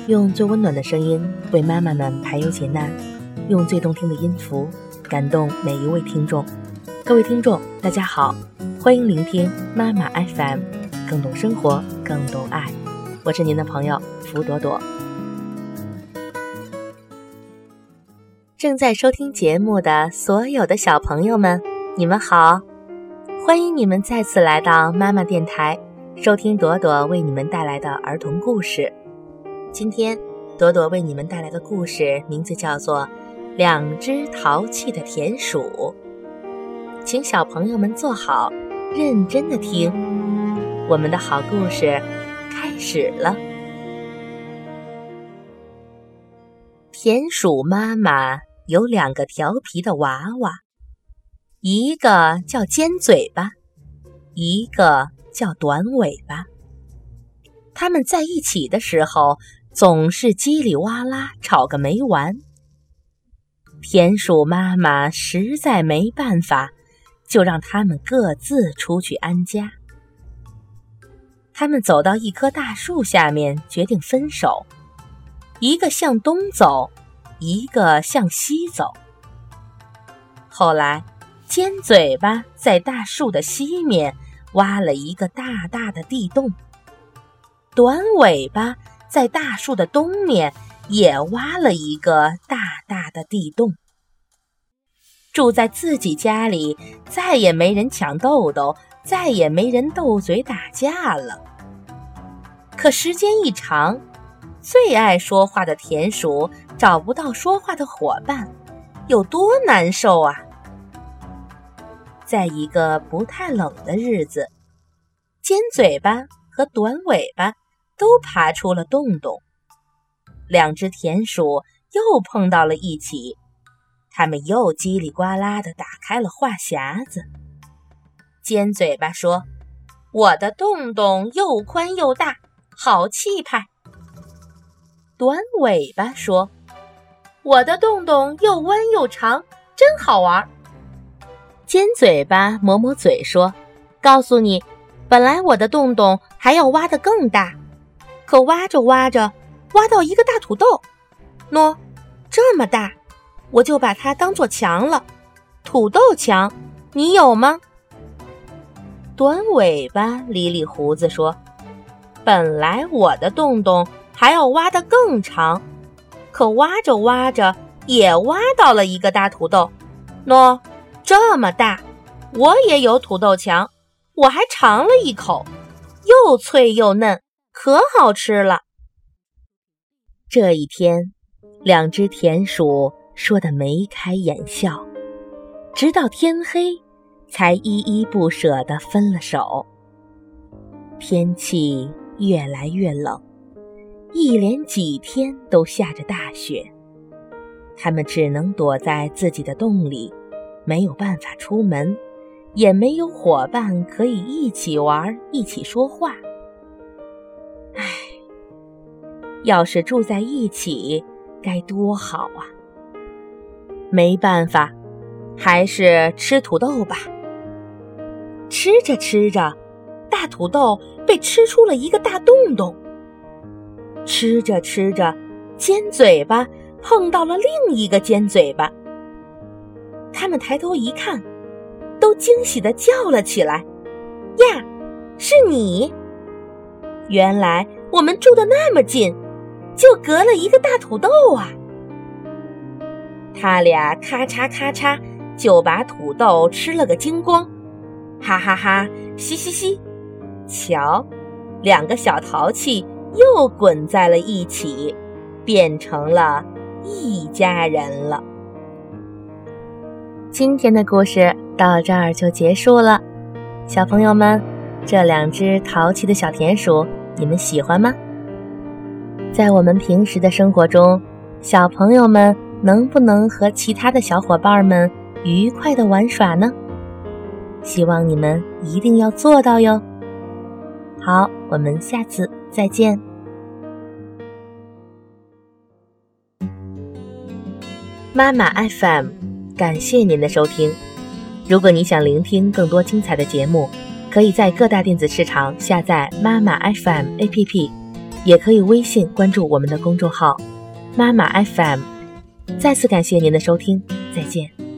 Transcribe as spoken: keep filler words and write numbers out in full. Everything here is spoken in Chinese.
用最温暖的声音为妈妈们排忧解难，用最动听的音符感动每一位听众。各位听众大家好，欢迎聆听妈妈 F M， 更懂生活，更懂爱。我是您的朋友福朵朵。正在收听节目的所有的小朋友们，你们好，欢迎你们再次来到妈妈电台，收听朵朵为你们带来的儿童故事。今天朵朵为你们带来的故事名字叫做两只淘气的田鼠，请小朋友们坐好，认真的听，我们的好故事开始了。田鼠妈妈有两个调皮的娃娃，一个叫尖嘴巴，一个叫短尾巴。他们在一起的时候总是叽里哇啦吵个没完。田鼠妈妈实在没办法，就让他们各自出去安家。他们走到一棵大树下面，决定分手，一个向东走，一个向西走。后来尖嘴巴在大树的西面挖了一个大大的地洞，短尾巴在大树的东面也挖了一个大大的地洞。住在自己家里，再也没人抢豆豆，再也没人斗嘴打架了。可时间一长，最爱说话的田鼠找不到说话的伙伴，有多难受啊！在一个不太冷的日子，尖嘴巴和短尾巴都爬出了洞洞，两只田鼠又碰到了一起，他们又叽里呱啦地打开了话匣子。尖嘴巴说：“我的洞洞又宽又大，好气派。”短尾巴说：“我的洞洞又弯又长，真好玩。”尖嘴巴抹抹嘴说：“告诉你，本来我的洞洞还要挖得更大，可挖着挖着，挖到一个大土豆，喏，这么大，我就把它当作墙了。土豆墙，你有吗？”短尾巴理理胡子说：“本来我的洞洞还要挖得更长，可挖着挖着也挖到了一个大土豆，喏，这么大，我也有土豆墙，我还尝了一口，又脆又嫩，可好吃了。”这一天，两只田鼠说得眉开眼笑，直到天黑才依依不舍地分了手。天气越来越冷，一连几天都下着大雪，他们只能躲在自己的洞里，没有办法出门，也没有伙伴可以一起玩，一起说话。唉，要是住在一起该多好啊！没办法，还是吃土豆吧。吃着吃着，大土豆被吃出了一个大洞洞。吃着吃着，尖嘴巴碰到了另一个尖嘴巴。他们抬头一看，都惊喜地叫了起来：“呀，是你！原来我们住得那么近，就隔了一个大土豆啊！”他俩咔嚓咔嚓就把土豆吃了个精光，哈哈哈，嘻嘻嘻！瞧，两个小淘气又滚在了一起，变成了一家人了。今天的故事到这儿就结束了，小朋友们，这两只淘气的小田鼠，你们喜欢吗？在我们平时的生活中，小朋友们能不能和其他的小伙伴们愉快地玩耍呢？希望你们一定要做到哟。好，我们下次再见。妈妈 F M， 感谢您的收听。如果你想聆听更多精彩的节目，可以在各大电子市场下载妈妈 F M A P P， 也可以微信关注我们的公众号妈妈 F M。再次感谢您的收听，再见。